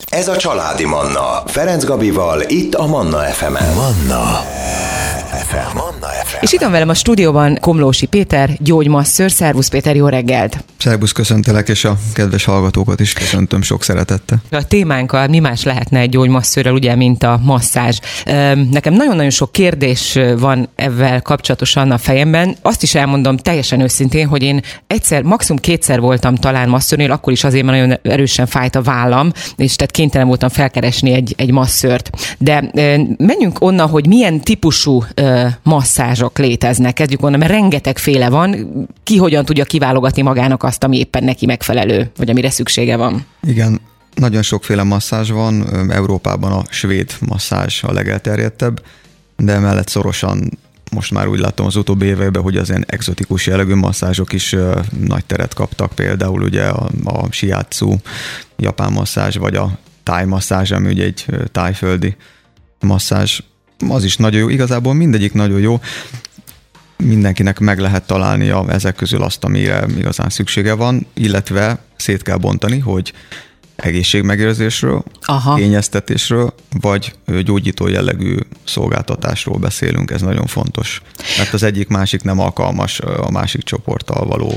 Ez a Családi Manna. Ferenc Gabival, itt a Manna FM-en. Manna FM. És itt van velem a stúdióban Komlósi Péter, gyógymasször. Szervusz Péter, jó reggelt! Szervusz, köszöntelek, és a kedves hallgatókat is köszöntöm sok szeretettel. A témánkkal mi más lehetne egy gyógymasszörrel, ugye, mint a masszázs. Nekem nagyon-nagyon sok kérdés van ezzel kapcsolatosan a fejemben. Azt is elmondom teljesen őszintén, hogy én egyszer, maximum kétszer voltam talán masszörnél, akkor is azért, mert nagyon erősen fájt a vállam, és tehát kénytelen voltam felkeresni egy masszört. De menjünk onnan, hogy milyen típusú masszázsok léteznek. Kezdjük onnan, mert rengetegféle van. Ki hogyan tudja kiválogatni magának azt, ami éppen neki megfelelő, vagy amire szüksége van? Igen, nagyon sokféle masszázs van. Európában a svéd masszázs a legelterjedtebb, de emellett szorosan most már úgy látom az utóbbi években, hogy az ilyen egzotikus jellegű masszázsok is nagy teret kaptak. Például ugye a shiatsu japán masszázs, vagy a thai masszázs, ami ugye egy tájföldi masszázs. Az is nagyon jó, igazából mindegyik nagyon jó. Mindenkinek meg lehet találnia ezek közül azt, amire igazán szüksége van, illetve szét kell bontani, hogy egészségmegőrzésről, kényeztetésről, vagy gyógyító jellegű szolgáltatásról beszélünk, ez nagyon fontos. Mert az egyik másik nem alkalmas a másik csoporttal való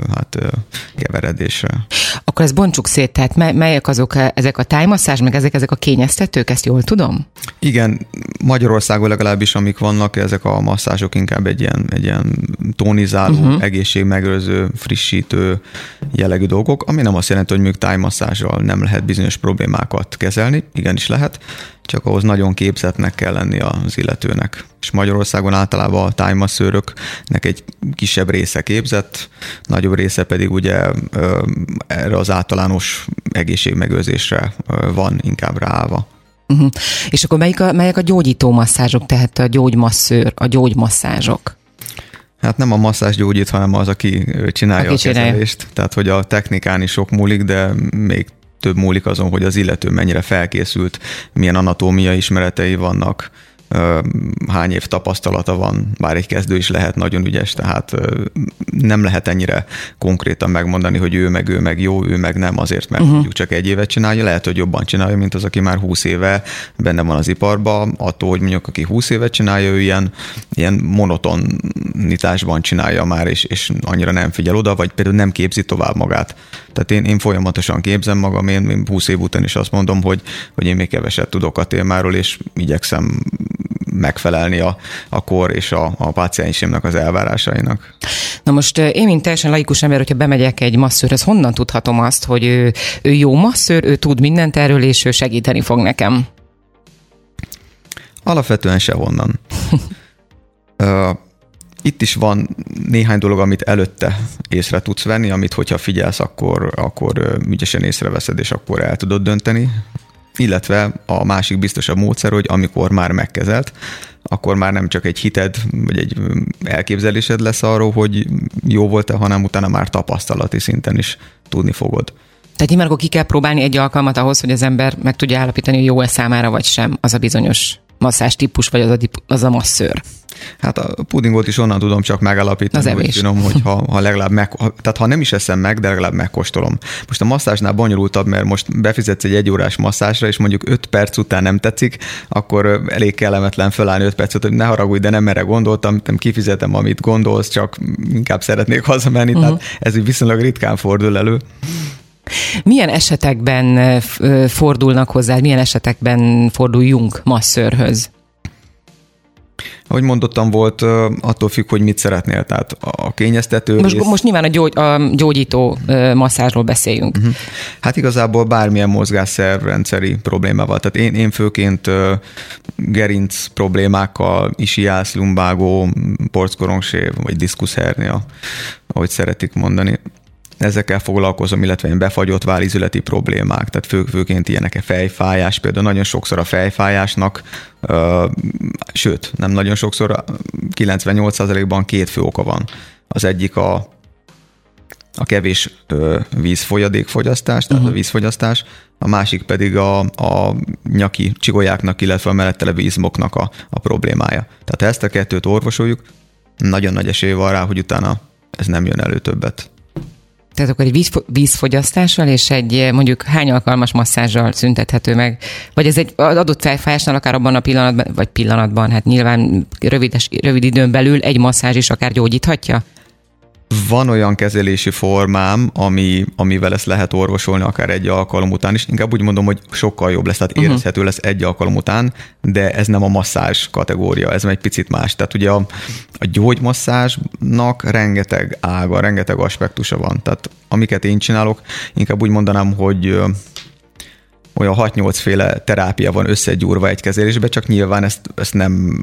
keveredésre. Akkor ezt bontsuk szét, tehát melyek azok ezek a tájmasszázs, meg ezek a kényeztetők, ezt jól tudom? Igen, Magyarországon legalábbis amik vannak, ezek a masszázsok inkább egy ilyen tónizáló, egészségmegőrző, frissítő jellegű dolgok, ami nem azt jelenti, hogy mondjuk tájmasszázsal nem lehet bizonyos problémákat kezelni, igenis lehet, csak ahhoz nagyon képzettnek kell lenni az illetőnek. És Magyarországon általában a tájmasszőröknek egy kisebb része képzett, nagyobb része pedig ugye erre az általános egészségmegőrzésre van inkább ráállva. És akkor melyek a gyógyító masszázsok, tehát a gyógymasszőr, a gyógymasszázsok? Hát nem a masszázs gyógyít, hanem az, aki csinálja a kezelést. Tehát, hogy a technikán is sok múlik, de még több múlik azon, hogy az illető mennyire felkészült, milyen anatómiai ismeretei vannak, hány év tapasztalata van, bár egy kezdő is lehet nagyon ügyes, tehát nem lehet ennyire konkrétan megmondani, hogy ő meg jó, ő meg nem azért, mert mondjuk csak egy évet csinálja, lehet, hogy jobban csinálja, mint az, aki már 20 éve benne van az iparban, attól, hogy mondjuk aki 20 évet csinálja, ő ilyen monotonitásban csinálja már, és annyira nem figyel oda, vagy például nem képzi tovább magát. Tehát én folyamatosan képzem magam, én 20 év után is azt mondom, hogy én még keveset tudok a témáról, és igyekszem megfelelni a kor és a páciensemnek az elvárásainak. Na most én, mint teljesen laikus ember, hogyha bemegyek egy masszőrhöz, honnan tudhatom azt, hogy ő jó masszőr, ő tud mindent erről, és ő segíteni fog nekem? Alapvetően sehonnan. Itt is van néhány dolog, amit előtte észre tudsz venni, amit hogyha figyelsz, akkor ügyesen észreveszed, és akkor el tudod dönteni. Illetve a másik biztosabb módszer, hogy amikor már megkezelt, akkor már nem csak egy hited, vagy egy elképzelésed lesz arról, hogy jó volt-e, hanem utána már tapasztalati szinten is tudni fogod. Tehát nyilván akkor ki kell próbálni egy alkalmat ahhoz, hogy az ember meg tudja állapítani, hogy jó-e számára, vagy sem az a bizonyos masszázs típus, vagy az a masszőr. Hát a pudingot is onnan tudom csak megállapítani, hogy finom, hogy ha legalább tehát ha nem is eszem meg, de legalább megkóstolom. Most a masszázsnál bonyolultabb, mert most befizetsz egy 1 órás masszázsra, és mondjuk 5 perc után nem tetszik, akkor elég kellemetlen fölállni 5 percet, hogy ne haragudj, de nem erre gondoltam, nem kifizetem, amit gondolsz, csak inkább szeretnék hazamenni, tehát ez viszonylag ritkán fordul elő. Milyen esetekben fordulnak hozzá, milyen esetekben forduljunk masszőrhöz? Ahogy mondottam, volt, attól függ, hogy mit szeretnél. Tehát a kényeztető Most nyilván a gyógyító masszázsról beszéljünk. Hát igazából bármilyen mozgásszervrendszeri problémával. Tehát én főként gerinc problémákkal, ischiász, lumbago, porckorongsév, vagy diszkuszhernia, ahogy szeretik mondani. Ezekkel foglalkozom, illetve én befagyott vállizületi problémák, tehát főként ilyenek a fejfájás, például nagyon sokszor a fejfájásnak, sőt, nem nagyon sokszor, 98%-ban 2 fő oka van. Az egyik a kevés vízfolyadékfogyasztás, tehát a vízfogyasztás, a másik pedig a nyaki csigolyáknak, illetve a mellette levő izmoknak a problémája. Tehát ha ezt a 2-t orvosoljuk, nagyon nagy esély van rá, hogy utána ez nem jön elő többet. Tehát akkor egy vízfogyasztással és egy mondjuk hány alkalmas masszázsal szüntethető meg? Vagy ez egy adott fejfájásnál akár abban a pillanatban, hát nyilván rövid időn belül egy masszázs is akár gyógyíthatja? Van olyan kezelési formám, amivel ezt lehet orvosolni akár egy alkalom után is. Inkább úgy mondom, hogy sokkal jobb lesz, tehát érezhető lesz egy alkalom után, de ez nem a masszázs kategória, ez egy picit más. Tehát ugye a gyógymasszázsnak rengeteg ága, rengeteg aspektusa van. Tehát amiket én csinálok, inkább úgy mondanám, hogy olyan 6-8 féle terápia van összegyúrva egy kezelésbe, csak nyilván ezt nem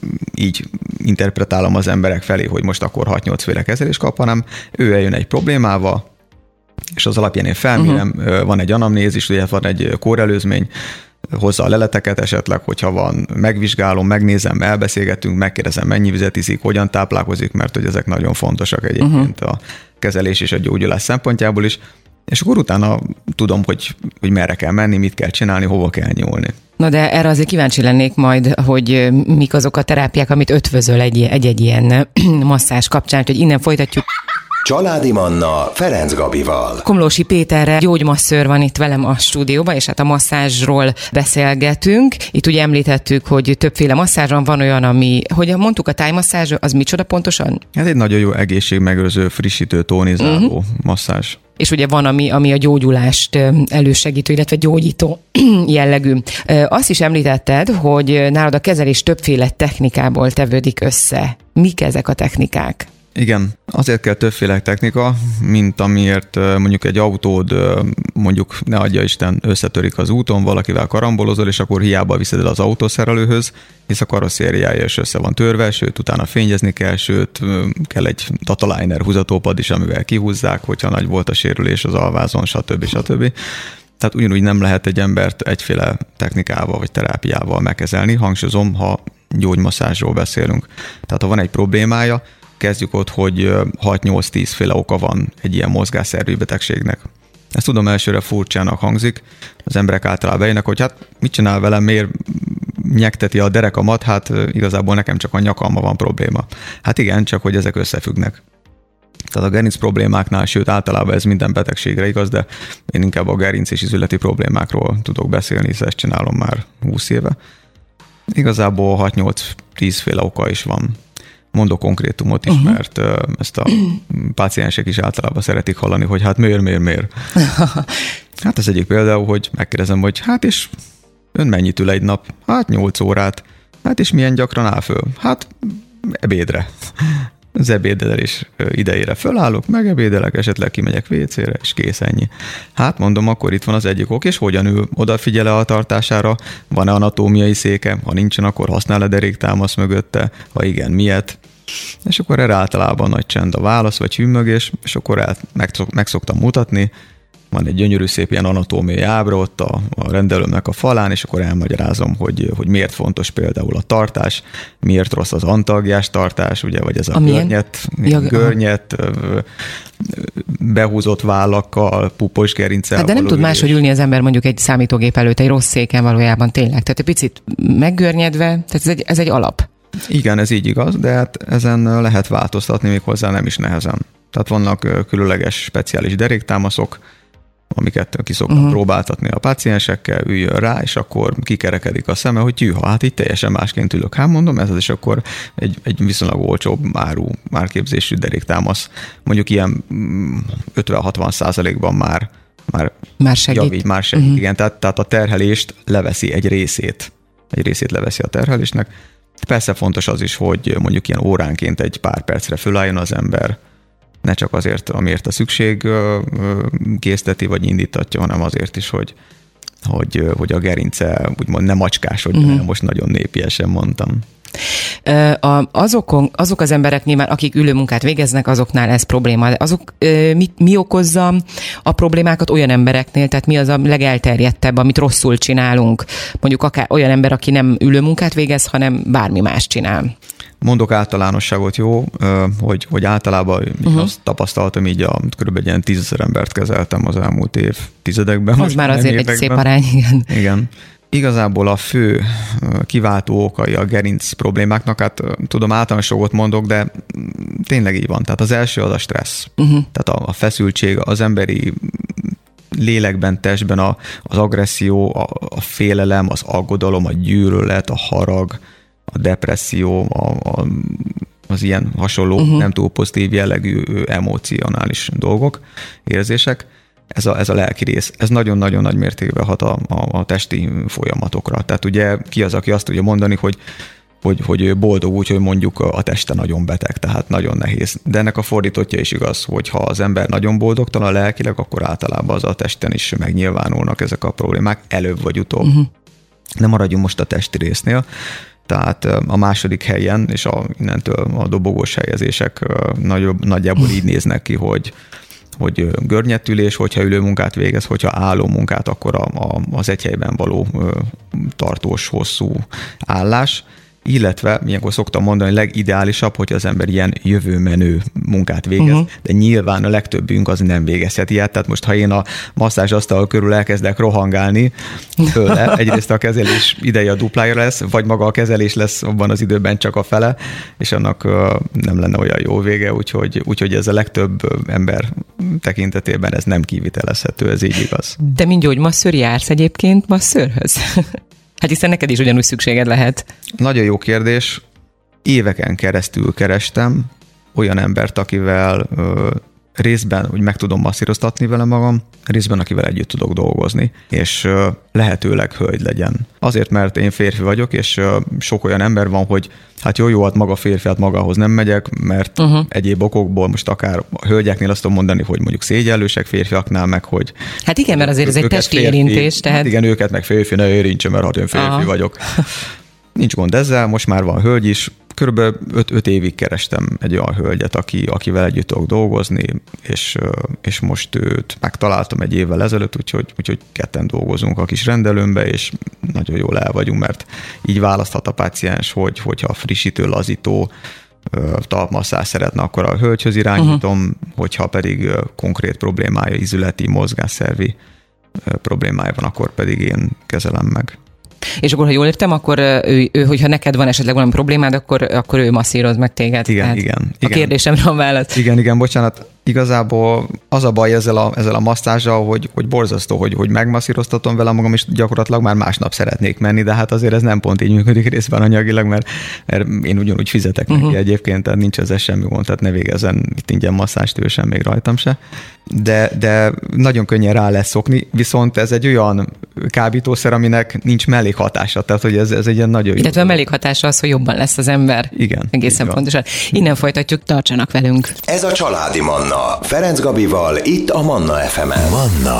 így interpretálom az emberek felé, hogy most akkor 6-8 féle kezelés kap, hanem ő eljön egy problémával, és az alapján én felmérem, van egy anamnézis, ugye van egy kórelőzmény, hozza a leleteket esetleg, hogyha van, megvizsgálom, megnézem, elbeszélgetünk, megkérdezem, mennyi vizet iszik, hogyan táplálkozik, mert hogy ezek nagyon fontosak egyébként a kezelés és a gyógyulás szempontjából is. És akkor utána tudom, hogy merre kell menni, mit kell csinálni, hova kell nyúlni. Na de erre azért kíváncsi lennék majd, hogy mik azok a terápiák, amit ötvözöl egy ilyen masszázs kapcsán, hogy innen folytatjuk. Családi Manna Ferenc Gabival. Komlósi Péterre, gyógymasszőr van itt velem a stúdióban, és hát a masszázsról beszélgetünk. Itt ugye említettük, hogy többféle masszázs van olyan, ami, hogy mondtuk a tájmasszázs, az micsoda pontosan? Ez egy nagyon jó egészségmegőrző, frissítő, tónizáló masszázs. És ugye van, ami a gyógyulást elősegítő, illetve gyógyító jellegű. Azt is említetted, hogy nálad a kezelés többféle technikából tevődik össze. Mik ezek a technikák? Igen, azért kell többféle technika, mint amiért mondjuk egy autód, mondjuk ne adja Isten, összetörik az úton, valakivel karambolozol, és akkor hiába viszed el az autószerelőhöz, hisz a karosszériája is össze van törve, sőt, utána fényezni kell, sőt, kell egy dataliner húzatópad is, amivel kihúzzák, hogyha nagy volt a sérülés az alvázon, stb. Tehát ugyanúgy nem lehet egy embert egyféle technikával vagy terápiával megkezelni, hangsúlyozom, ha gyógymasszázsról beszélünk. Tehát ha van egy problémája, kezdjük ott, hogy 6-8-10 féle oka van egy ilyen mozgásszervi betegségnek. Ezt tudom, elsőre furcsának hangzik, az emberek általában bejönnek, hogy hát mit csinál velem, miért nyekteti a derekamat, hát igazából nekem csak a nyakammal van probléma. Hát igen, csak hogy ezek összefüggnek. Tehát a gerinc problémáknál, sőt általában ez minden betegségre igaz, de én inkább a gerinc és izületi problémákról tudok beszélni, hiszen ezt csinálom már 20 éve. Igazából 6-8-10 féle oka is van. Mondok konkrétumot is, mert ezt a páciensek is általában szeretik hallani, hogy hát miért. Hát az egyik például, hogy megkérdezem, hogy hát és ön mennyit ül egy nap? Hát 8 órát. Hát és milyen gyakran áll föl? Hát ebédre. Az ebédelés idejére fölállok, megebédelek, esetleg kimegyek WC-re, és kész, ennyi. Hát mondom, akkor itt van az egyik ok, és hogyan ül, odafigyel-e a tartására, van-e anatómiai széke, ha nincsen, akkor használ-e deréktámasz mögötte, ha igen, miért? És akkor erre általában nagy csend a válasz, vagy hümmögés, és akkor meg szoktam mutatni, van egy gyönyörű szép ilyen anatómiai ábra ott a rendelőmnek a falán, és akkor elmagyarázom, hogy miért fontos például a tartás, miért rossz az antalgiás tartás, ugye, vagy ez a görnyet, behúzott vállakkal, pupos gerinccel. Hát de nem tud máshogy ülni az ember mondjuk egy számítógép előtt, egy rossz széken valójában tényleg. Tehát egy picit meggörnyedve, tehát ez egy alap. Igen, ez így igaz, de hát ezen lehet változtatni még hozzá nem is nehezen. Tehát vannak különleges, speciális deréktámaszok, amiket ki szoktam próbáltatni a páciensekkel, üljön rá, és akkor kikerekedik a szeme, hogy tűha, hát itt teljesen másként ülök. Hát mondom, ez az, és akkor egy viszonylag olcsóbb márképzésű deréktámasz, mondjuk ilyen 50-60%-ban már segít. Javít, már segít. Igen, tehát a terhelést leveszi egy részét leveszi a terhelésnek. Persze fontos az is, hogy mondjuk ilyen óránként egy pár percre fölálljon az ember, ne csak azért, amiért a szükség készteti vagy indítatja, hanem azért is, hogy a gerince úgymond nem macskásodjon, most nagyon népiesen mondtam. Azok az emberek nyilván, akik ülőmunkát végeznek, azoknál ez probléma. De azok mi okozza a problémákat olyan embereknél, tehát mi az a legelterjedtebb, amit rosszul csinálunk? Mondjuk akár olyan ember, aki nem ülőmunkát végez, hanem bármi más csinál. Mondok általánosságot, jó, hogy általában azt tapasztaltam, így kb. 10 000 embert kezeltem az elmúlt évtizedekben. Az már azért egy szép arány, igen. Igen. Igazából a fő kiváltó okai a gerinc problémáknak, hát tudom, általánosokat mondok, de tényleg így van. Tehát az első az a stressz. Tehát a feszültség, az emberi lélekben, testben az agresszió, a félelem, az aggodalom, a gyűlölet, a harag, a depresszió, az ilyen hasonló, nem túl pozitív jellegű emocionális dolgok, érzések. Ez a lelki rész. Ez nagyon-nagyon nagy mértékben hat a testi folyamatokra. Tehát ugye ki az, aki azt tudja mondani, hogy boldog úgy, hogy mondjuk a teste nagyon beteg, tehát nagyon nehéz. De ennek a fordítottja is igaz, hogy ha az ember nagyon boldogtalan lelkileg, akkor általában az a testen is megnyilvánulnak ezek a problémák, előbb vagy utóbb. Ne maradjunk most a testi résznél. Tehát a második helyen, és innentől a dobogós helyezések nagyjából így néznek ki, hogy görnyettülés, hogyha ülőmunkát végez, hogyha álló munkát, akkor az egy helyben való tartós, hosszú állás, illetve, ilyenkor szoktam mondani, legideálisabb, hogy az ember ilyen jövőmenő munkát végez, de nyilván a legtöbbünk az nem végezhet ilyet. Tehát most, ha én a masszázsasztal körül elkezdek rohangálni tőle, egyrészt a kezelés ideje a duplája lesz, vagy maga a kezelés lesz abban az időben csak a fele, és annak nem lenne olyan jó vége, úgyhogy ez a legtöbb ember tekintetében ez nem kivitelezhető, ez így igaz. De mint gyógymasszőr jársz egyébként masszőrhöz? Hát hiszen neked is ugyanúgy szükséged lehet. Nagyon jó kérdés. Éveken keresztül kerestem olyan embert, akivel részben úgy meg tudom masszíroztatni vele magam, részben akivel együtt tudok dolgozni, és lehetőleg hölgy legyen. Azért, mert én férfi vagyok, és sok olyan ember van, hogy hát jó, hát maga férfi, hát magához nem megyek, mert egyéb okokból most akár a hölgyeknél azt tudom mondani, hogy mondjuk szégyellősek, férfiaknál meg, hogy... Hát igen, mert azért ez egy testi érintés, tehát... Hát igen, őket meg férfi ne érintse, mert hát én férfi vagyok. Nincs gond ezzel, most már van hölgy is. Körülbelül 5 évig kerestem egy olyan hölgyet, akivel együtt tudok dolgozni, és most őt megtaláltam egy évvel ezelőtt, úgyhogy ketten dolgozunk a kis rendelőmbe, és nagyon jól el vagyunk, mert így választhat a páciens, hogyha frissítő, lazító talpmasszázs szeretne, akkor a hölgyhöz irányítom, hogyha pedig konkrét problémája, ízületi, mozgásszervi problémája van, akkor pedig én kezelem meg. És akkor, ha jól értem, akkor ő, hogyha neked van esetleg valami problémád, akkor ő masszíroz meg téged. Igen. A kérdésemre a válasz. Igen, bocsánat. Igazából az a baj ezzel a masszázsal, hogy borzasztó, hogy megmasszíroztatom vele magam, és gyakorlatilag már másnap szeretnék menni, de hát azért ez nem pont így működik részben anyagilag, mert én ugyanúgy fizetek neki egyébként, tehát nincs ez semmi gond, tehát ne végezzen itt ingyen masszást, ő sem, még rajtam se. De nagyon könnyen rá lesz szokni, viszont ez egy olyan kábítószer, aminek nincs mellékhatása, tehát hogy ez egy ilyen nagyon jó. Illetve a mellékhatása az, hogy jobban lesz az ember. Igen. Egészen pontosan. Innen folytatjuk, tartsanak velünk. Ez a Családi Manna. Ferenc Gabival, itt a Manna FM-en. Manna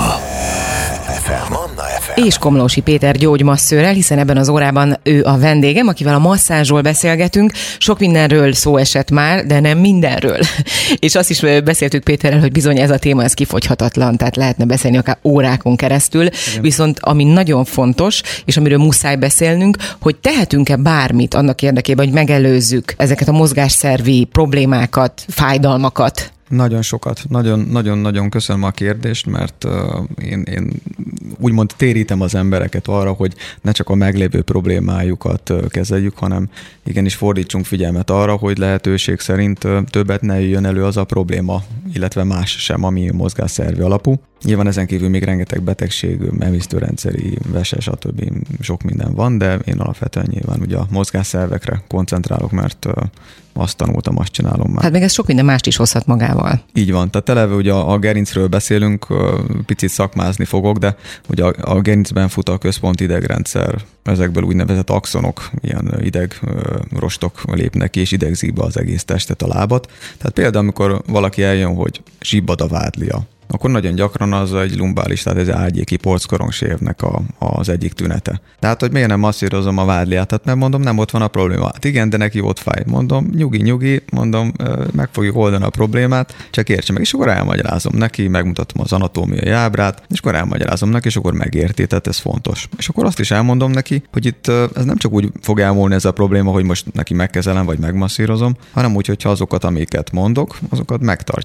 FM. És Komlósi Péter gyógymasszőrrel, hiszen ebben az órában ő a vendégem, akivel a masszázsról beszélgetünk. Sok mindenről szó esett már, de nem mindenről. És azt is beszéltük Péterrel, hogy bizony ez a téma, ez kifogyhatatlan, tehát lehetne beszélni akár órákon keresztül. Igen. Viszont ami nagyon fontos, és amiről muszáj beszélnünk, hogy tehetünk-e bármit annak érdekében, hogy megelőzzük ezeket a mozgásszervi problémákat, fájdalmakat? Nagyon sokat. Nagyon köszönöm a kérdést, mert én úgymond térítem az embereket arra, hogy ne csak a meglévő problémájukat kezeljük, hanem igenis fordítsunk figyelmet arra, hogy lehetőség szerint többet ne jöjjön elő az a probléma, illetve más sem, ami mozgásszervi alapú. Nyilván ezen kívül még rengeteg betegség, emésztőrendszeri, veses, stb. Sok minden van, de én alapvetően nyilván ugye a mozgásszervekre koncentrálok, mert azt tanultam, azt csinálom már. Hát meg ez sok minden mást is hozhat magával. Így van, tehát eleve ugye a gerincről beszélünk, picit szakmázni fogok, de ugye a gerincben fut a központi idegrendszer, ezekből úgynevezett axonok, ilyen idegrostok lépnek ki, és idegzik be az egész testet, a lábat. Tehát például, amikor valaki eljön, hogy zsibbad a vádlia, akkor nagyon gyakran az egy lumbális, tehát ez egy ágyéki porckorongsévnek az egyik tünete. Tehát, hogy miért nem masszírozom a vádliát, tehát mert mondom, nem ott van a probléma. Hát igen, de neki ott fáj. Mondom, nyugi, mondom, meg fogjuk oldani a problémát, csak értse meg. És akkor elmagyarázom neki, megmutatom az anatómiai ábrát, és akkor elmagyarázom neki, és akkor megérti, tehát ez fontos. És akkor azt is elmondom neki, hogy itt ez nem csak úgy fog elmúlni ez a probléma, hogy most neki megkezelem, vagy megmasszírozom, hanem úgy, hogyha azokat, amiket mondok, azokat megtartja.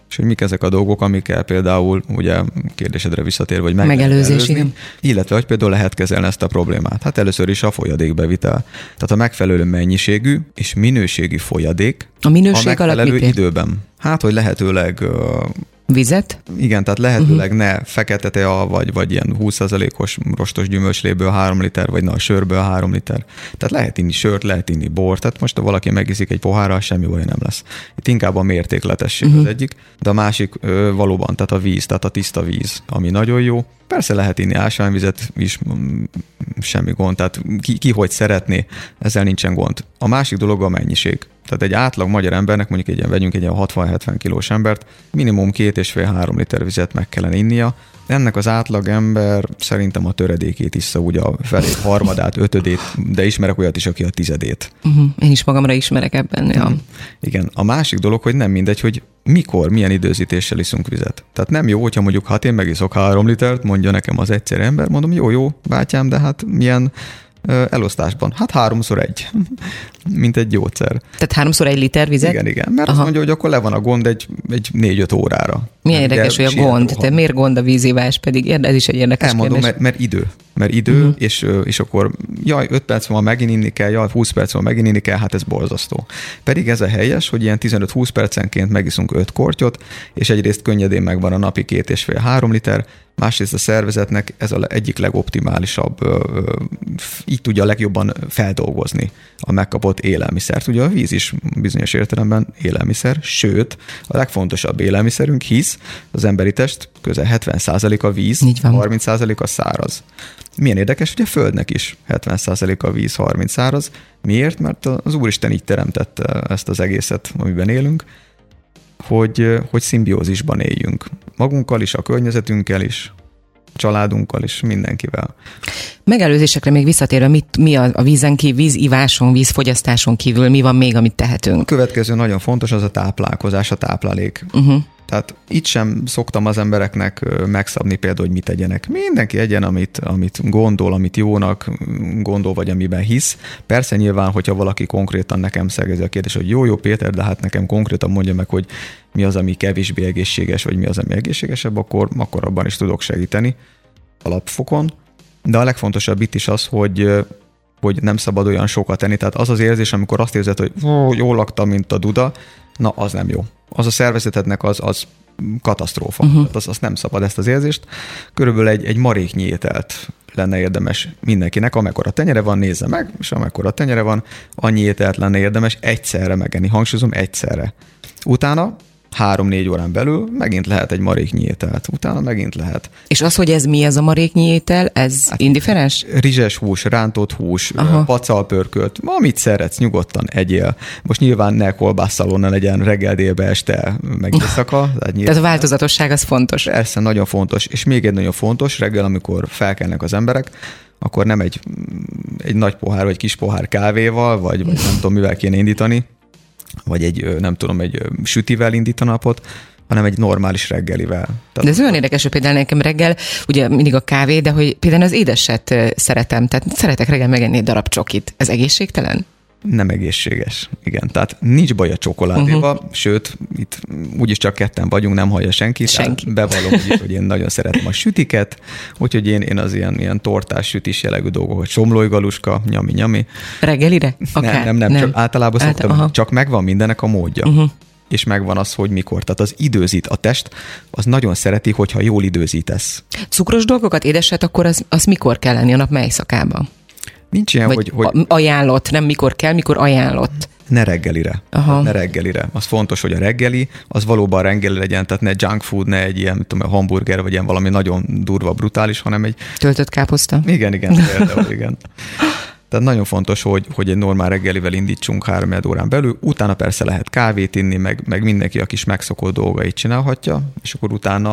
és hogy mik ezek a dolgok, amikkel például, ugye kérdésedre visszatér, vagy megelőzés, illetve hogy például lehet kezelni ezt a problémát. Hát először is a folyadékbevitel. Tehát a megfelelő mennyiségű és minőségi folyadék a megfelelő időben. Hát, hogy lehetőleg vizet? Igen, tehát lehetőleg ne fekete tea, vagy ilyen 20%-os rostos gyümölcsléből 3 liter, vagy a sörből 3 liter. Tehát lehet inni sört, lehet inni bort, tehát most ha valaki megiszik egy pohárral, semmi baj nem lesz. Itt inkább a mértékletesség az egyik, de a másik valóban, tehát a víz, tehát a tiszta víz, ami nagyon jó. Persze lehet inni ásványvizet is, semmi gond, tehát ki hogy szeretné, ezzel nincsen gond. A másik dolog a mennyiség. Tehát egy átlag magyar embernek, mondjuk vegyünk egy 60-70 kilós embert, minimum 2,5-3 liter vizet meg kellene innia. Ennek az átlag ember szerintem a töredékét iszza, ugye a felét, harmadát, ötödét, de ismerek olyat is, aki a tizedét. Én is magamra ismerek ebben. Ja. Igen. A másik dolog, hogy nem mindegy, hogy mikor, milyen időzítéssel iszunk vizet. Tehát nem jó, hogyha mondjuk én megiszok 3 litert, mondja nekem az egyszerű ember, mondom, jó, bátyám, de hát milyen elosztásban? Hát 3x1, mint egy gyógyszer. Tehát 3x1 liter vizet? Igen, mert azt mondja, hogy akkor le van a gond egy 4-5 órára. Milyen érdekes, hogy a gond, te miért gond a vízivás, pedig ez is egy érdekes kérdés. Mert idő, és akkor 5 perc múlva megint inni kell, 20 perc múlva megint inni kell, hát ez borzasztó. Pedig ez a helyes, hogy ilyen 15-20 percenként megiszunk 5 kortyot, és egyrészt könnyedén megvan a napi 2,5-3 liter, másrészt a szervezetnek ez az egyik legoptimálisabb, így tudja legjobban feldolgozni a megkapott élelmiszert. Ugye a víz is bizonyos értelemben élelmiszer, sőt, a legfontosabb élelmiszerünk, hisz az emberi test közel 70% a víz, 30% a száraz. Milyen érdekes, hogy a Földnek is 70% a víz, 30 száraz. Miért? Mert az Úristen így teremtette ezt az egészet, amiben élünk, hogy szimbiózisban éljünk. Magunkkal is, a környezetünkkel is, a családunkkal is, mindenkivel. Megelőzésekre még visszatérve, mi a vízen kívül, víziváson, vízfogyasztáson kívül, mi van még, amit tehetünk? A következő nagyon fontos, az a táplálkozás, a táplálék. Tehát itt sem szoktam az embereknek megszabni például, hogy mit tegyenek. Mindenki egyen, amit gondol, amit jónak gondol, vagy amiben hisz. Persze nyilván, hogyha valaki konkrétan nekem szegezi a kérdés, hogy jó Péter, de hát nekem konkrétan mondja meg, hogy mi az, ami kevésbé egészséges, vagy mi az, ami egészségesebb, akkor abban is tudok segíteni alapfokon. De a legfontosabb itt is az, hogy nem szabad olyan sokat tenni. Tehát az az érzés, amikor azt érzed, hogy jól laktam, mint a duda, na az nem jó. Az a szervezetednek az katasztrófa. Tehát az nem szabad ezt az érzést. Körülbelül egy maréknyi ételt lenne érdemes mindenkinek, amekkora tenyere van, nézze meg, és amekkora tenyere van, annyi ételt lenne érdemes egyszerre megenni. Hangsúlyozom, egyszerre. Utána 3-4 órán belül megint lehet egy maréknyi ételt. Utána megint lehet. És az, hogy ez mi ez a maréknyi étel, ez indiferens? Rizses hús, rántott hús, pacalpörkölt, amit szeretsz, nyugodtan egyél. Most nyilván ne kolbásszalon ne legyen reggel, délbe, este, meg éjszaka. Tehát a változatosság az fontos. Persze, nagyon fontos. És még egy nagyon fontos, reggel, amikor felkelnek az emberek, akkor nem egy nagy pohár, vagy kis pohár kávéval, vagy nem tudom, mivel kéne indítani, vagy egy sütivel indít a napot, hanem egy normális reggelivel. De ez olyan érdekes, hogy például nekem reggel, ugye mindig a kávé, de hogy például az édeset szeretem, tehát szeretek reggel megenni egy darab csokit. Ez egészségtelen? Nem egészséges, igen. Tehát nincs baj a csokoládéval, sőt, itt úgyis csak ketten vagyunk, nem hallja senki. Bevallom, hogy én nagyon szeretem a sütiket, úgyhogy én az ilyen tortás, sütis jellegű dolgokat, somlójgaluska, nyami. Reggelire? Akár? Nem. Csak általában szoktam, csak megvan mindennek a módja. És megvan az, hogy mikor. Tehát az időzít. A test az nagyon szereti, hogyha jól időzítesz. Cukros dolgokat, édeset, akkor az mikor kell lenni a nap mely szakában? Nincs ilyen, hogy ajánlott, nem mikor kell, mikor ajánlott. Ne reggelire. Ne reggelire. Az fontos, hogy a reggeli, az valóban reggeli legyen, tehát ne junk food, ne egy ilyen, hamburger, vagy ilyen valami nagyon durva, brutális, hanem egy... Töltött káposzta? Igen, például, igen. Tehát nagyon fontos, hogy egy normál reggelivel indítsunk 3 órán belül, utána persze lehet kávét inni, meg mindenki a kis megszokott dolgait csinálhatja, és akkor utána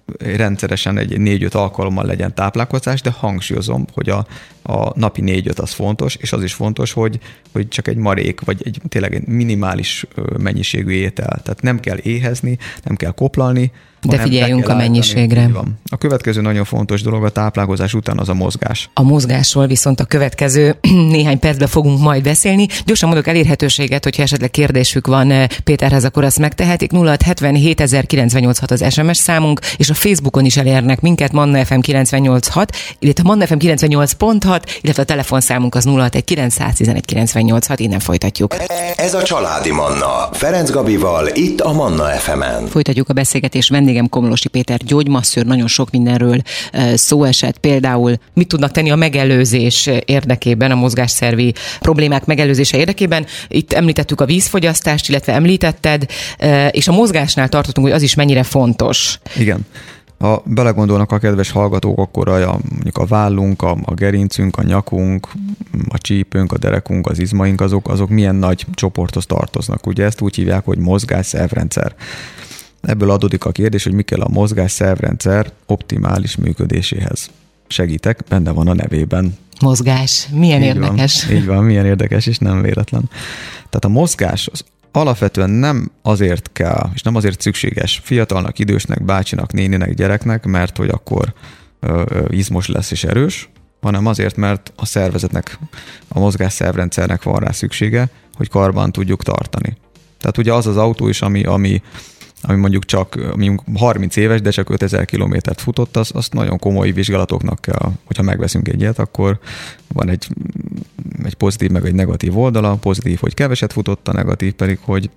rendszeresen egy 4-5 alkalommal legyen táplálkozás, de hangsúlyozom, hogy a napi 4-5 az fontos, és az is fontos, hogy csak egy marék, vagy tényleg egy minimális mennyiségű étel. Tehát nem kell éhezni, nem kell koplalni. De figyeljünk a mennyiségre. A következő nagyon fontos dolog a táplálkozás után az a mozgás. A mozgásról viszont a következő néhány percben fogunk majd beszélni. Gyorsan mondok elérhetőséget, hogyha esetleg kérdésük van Péterhez, akkor azt megtehetik. 0677 0986 az SMS számunk, és a Facebookon is elérnek minket, Manna FM 98.6, illetve Manna FM 98.6, illetve a telefonszámunk az 0619 111 986, innen folytatjuk. Ez a Családi Manna, Ferenc Gabival, itt a Manna FM-en. Folytatjuk a beszélgetést. Vendégem Komlósi Péter, gyógymasszőr, nagyon sok mindenről szó esett, például mit tudnak tenni a megelőzés érdekében, a mozgásszervi problémák megelőzése érdekében. Itt említettük a vízfogyasztást, illetve említetted, és a mozgásnál tartottunk, hogy az is mennyire fontos. Igen. Ha belegondolnak a kedves hallgatók, akkor mondjuk a vállunk, a gerincünk, a nyakunk, a csípőnk, a derekunk, az izmaink, azok milyen nagy csoporthoz tartoznak. Ugye ezt úgy hívják, hogy mozgásszervrendszer. Ebből adódik a kérdés, hogy mi kell a mozgásszervrendszer optimális működéséhez. Segítek, benne van a nevében. Mozgás. Milyen érdekes. Így van, milyen érdekes, és nem véletlen. Tehát a mozgás az alapvetően nem azért kell, és nem azért szükséges fiatalnak, idősnek, bácsinak, néninek, gyereknek, mert hogy akkor izmos lesz és erős, hanem azért, mert a szervezetnek, a mozgásszervrendszernek van rá szüksége, hogy karban tudjuk tartani. Tehát ugye az az autó is, ami mondjuk csak 30 éves, de csak 5000 kilométert futott, azt nagyon komoly vizsgálatoknak kell, hogyha megveszünk egy ilyet, akkor van egy pozitív, meg egy negatív oldala. Pozitív, hogy keveset futott, a negatív pedig, hogy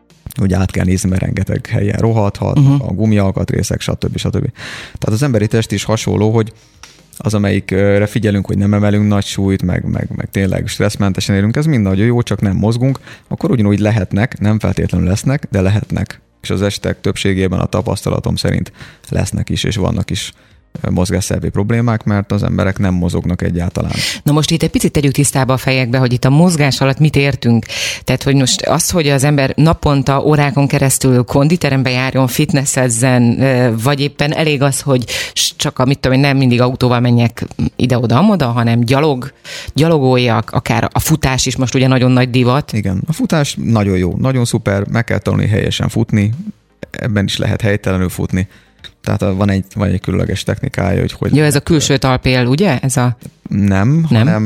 át kell nézni, mert rengeteg helyen rohadhat, a gumialkatrészek, stb. Tehát az emberi test is hasonló, hogy az, amelyikre figyelünk, hogy nem emelünk nagy súlyt, meg tényleg stresszmentesen élünk, ez mind nagyon jó, csak nem mozgunk, akkor ugyanúgy lehetnek, nem feltétlenül lesznek, de lehetnek. És az esetek többségében a tapasztalatom szerint lesznek is, és vannak is mozgásszervi problémák, mert az emberek nem mozognak egyáltalán. Na most itt egy picit tegyük tisztába a fejekbe, hogy itt a mozgás alatt mit értünk. Tehát, hogy most az, hogy az ember naponta órákon keresztül konditerembe járjon, fitnessezzen, vagy éppen elég az, hogy csak nem mindig autóval menjek ide-oda-amoda, hanem gyalogoljak, akár a futás is most ugye nagyon nagy divat. Igen, a futás nagyon jó, nagyon szuper, meg kell tanulni helyesen futni, ebben is lehet helytelenül futni. Tehát van egy különleges technikája, hogy... Jó, ez a külső talpél, ugye? Nem?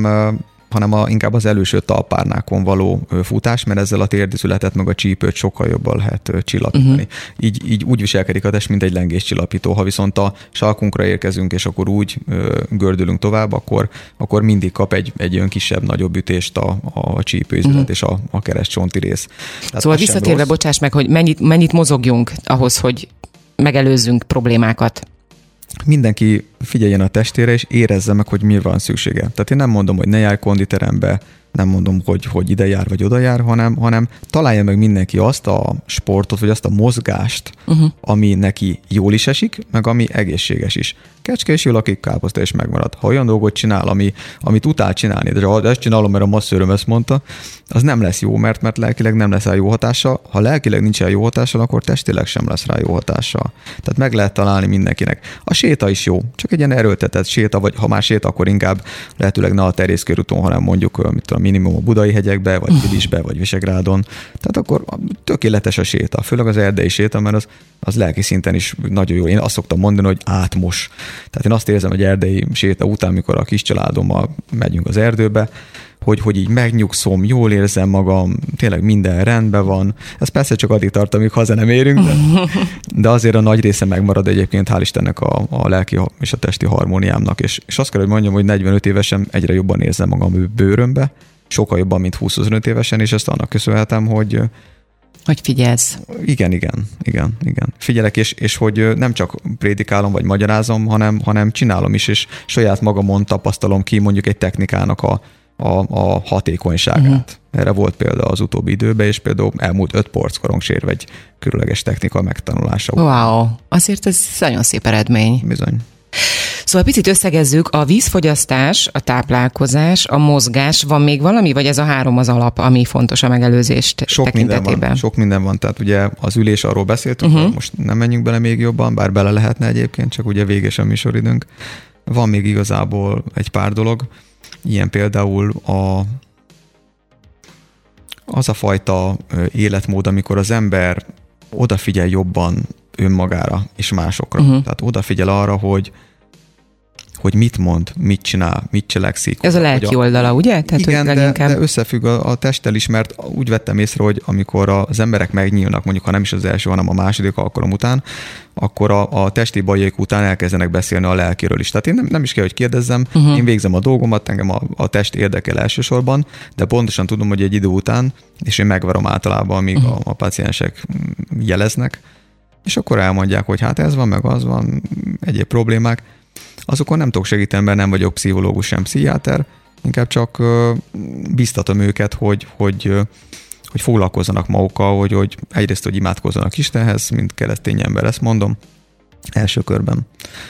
hanem inkább az előső talpárnákon való futás, mert ezzel a térdizületet meg a csípőt sokkal jobban lehet csillapítani. Így úgy viselkedik a test, mint egy lengéscsillapító. Ha viszont a salkunkra érkezünk, és akkor úgy gördülünk tovább, akkor mindig kap egy olyan kisebb, nagyobb ütést a csípőizület és a keresztcsonti rész. Tehát szóval visszatérve, bocsáss meg, hogy mennyit mozogjunk ahhoz, hogy megelőzzünk problémákat. Mindenki figyeljen a testére, és érezze meg, hogy mire van szüksége. Tehát én nem mondom, hogy ne járj konditerembe, nem mondom, hogy ide jár, vagy oda jár, hanem találja meg mindenki azt a sportot, vagy azt a mozgást, ami neki jól is esik, meg ami egészséges is. Kecske is jól lakik, káposzta is megmarad. Ha olyan dolgot csinál, amit utál csinálni, de ha ezt csinálom, mert a masszőröm ezt mondta, az nem lesz jó, mert lelkileg nem lesz rá jó hatása. Ha lelkileg nincs rá jó hatással, akkor testileg sem lesz rá jó hatása. Tehát meg lehet találni mindenkinek. A séta is jó, csak egy ilyen erőltetett séta, vagy ha már séta, akkor inkább lehetőleg ne a terészkörúton, hanem mondjuk minimum a Budai hegyekbe, vagy Pilisbe, vagy Visegrádon. Tehát akkor tökéletes a séta, főleg az erdei séta, mert az lelki szinten is nagyon jó. Én azt szoktam mondani, hogy átmos. Tehát én azt érzem, hogy erdei séta után, mikor a kis családommal megyünk az erdőbe, hogy így megnyugszom, jól érzem magam, tényleg minden rendben van. Ez persze csak addig tart, amíg haza nem érünk, de azért a nagy része megmarad egyébként, hál' Istennek a lelki és a testi harmóniámnak. És azt kell, hogy mondjam, hogy 45 évesen egyre jobban érzem magam bőrömbe, sokkal jobban, mint 20-25 évesen, és ezt annak köszönhetem, hogy figyelsz. Igen. Figyelek, és hogy nem csak prédikálom, vagy magyarázom, hanem csinálom is, és saját magamon tapasztalom ki mondjuk egy technikának a hatékonyságát. Erre volt példa az utóbbi időben, és például elmúlt 5 porckorongsér egy különleges technika megtanulása. Wow, azért ez nagyon szép eredmény. Bizony. Szóval picit összegezzük, a vízfogyasztás, a táplálkozás, a mozgás, van még valami, vagy ez a 3 az alap, ami fontos a megelőzést tekintetében? Sok minden van, tehát ugye az ülés, arról beszéltünk, most nem menjünk bele még jobban, bár bele lehetne egyébként, csak ugye véges a műsoridőnk. Van még igazából egy pár dolog, ilyen például az a fajta életmód, amikor az ember odafigyel jobban önmagára és másokra. Tehát odafigyel arra, hogy mit mond, mit csinál, mit cselekszik. Ez a lelki oldala, ugye? Tehát, igen, de összefügg a testtel is, mert úgy vettem észre, hogy amikor az emberek megnyílnak, mondjuk ha nem is az első, hanem a második alkalom után, akkor a testi bajaik után elkezdenek beszélni a lelkiről is. Tehát én nem is kell, hogy kérdezzem, én végzem a dolgomat, engem a test érdekel elsősorban, de pontosan tudom, hogy egy idő után, és én megvarom általában, amíg a páciensek jeleznek, és akkor elmondják, hogy hát ez van, meg az van, egyéb problémák. Azokon nem tudok segíteni, mert nem vagyok pszichológus, sem pszichiáter, inkább csak biztatom őket, hogy foglalkozzanak magukkal, hogy egyrészt, hogy imádkozzanak Istenhez, mint keresztény ember, ezt mondom első körben.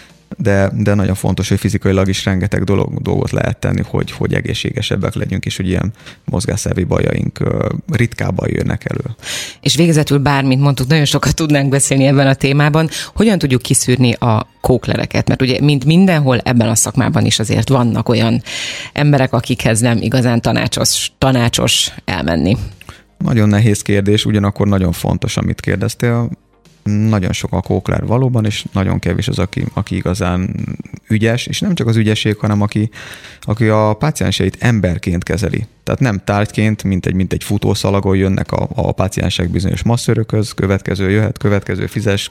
De nagyon fontos, hogy fizikailag is rengeteg dolgot lehet tenni, hogy egészségesebbek legyünk, és hogy ilyen mozgásszervi bajaink ritkábban jönnek elő. És végezetül bármint mondtuk, nagyon sokat tudnánk beszélni ebben a témában, hogyan tudjuk kiszűrni a kóklereket, mert ugye mint mindenhol ebben a szakmában is azért vannak olyan emberek, akikhez nem igazán tanácsos elmenni. Nagyon nehéz kérdés, ugyanakkor nagyon fontos, amit kérdeztél. Nagyon sok a kókler valóban, és nagyon kevés az, aki igazán ügyes, és nem csak az ügyesség, hanem aki a pácienseit emberként kezeli. Tehát nem tárgyként, mint egy futószalagon jönnek a páciensek bizonyos masszörökhöz, következő, fizes,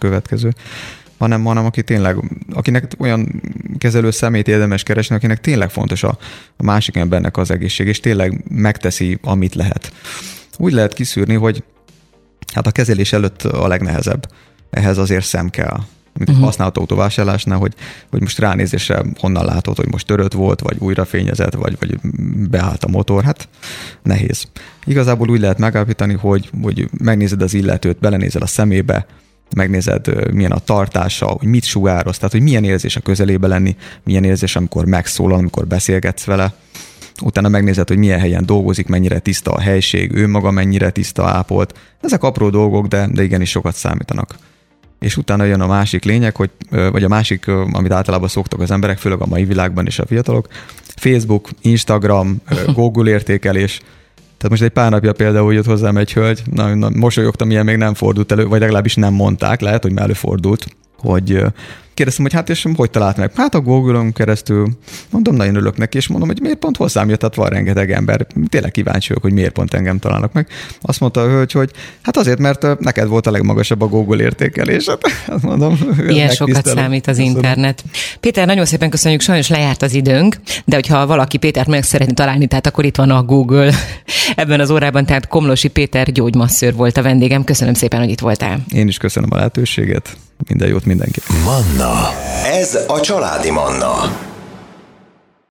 hanem aki tényleg, akinek olyan kezelő személyt érdemes keresni, akinek tényleg fontos a másik embernek az egészség, és tényleg megteszi, amit lehet. Úgy lehet kiszűrni, hogy hát a kezelés előtt a legnehezebb. Ehhez azért szem kell. Mint egy használt autóvásárlásnál, hogy most ránézésre honnan látod, hogy most törött volt, vagy újra fényezett, vagy beállt a motor. Hát nehéz. Igazából úgy lehet megállapítani, hogy megnézed az illetőt, belenézel a szemébe, megnézed, milyen a tartása, hogy mit sugároz, tehát hogy milyen érzés a közelébe lenni, milyen érzés, amikor megszólal, amikor beszélgetsz vele. Utána megnézed, hogy milyen helyen dolgozik, mennyire tiszta a helység, ő maga mennyire tiszta, ápolt. Ezek apró dolgok, de igenis sokat számítanak. És utána jön a másik lényeg, vagy a másik, amit általában szoktak az emberek, főleg a mai világban is a fiatalok, Facebook, Instagram, Google értékelés. Tehát most egy pár napja például jött hozzám egy hölgy, nagyon mosolyogtam, ilyen még nem fordult elő, vagy legalábbis nem mondták, lehet, hogy már előfordult, hogy kérdeztem, hogy hát és hogy talált meg? Hát a Google-on keresztül, mondom, nagyon örülök neki, és mondom, hogy miért pont hozzám jött, tehát van rengeteg ember, tényleg kíváncsi vagyok, hogy miért pont engem találnak meg. Azt mondta a hölgy, hogy hát azért, mert neked volt a legmagasabb a Google értékelés. Hát mondom, ilyen sokat számít az internet. Péter, nagyon szépen köszönjük, sajnos lejárt az időnk, de hogyha valaki Pétert meg szeretné találni, tehát akkor itt van a Google ebben az órában, tehát Komlósi Péter gyógymasszőr volt a vendégem. Köszönöm szépen, hogy itt voltál. Én is köszönöm a lehetőséget. Minden jót mindenkinek. Manna. Ez a családi Manna.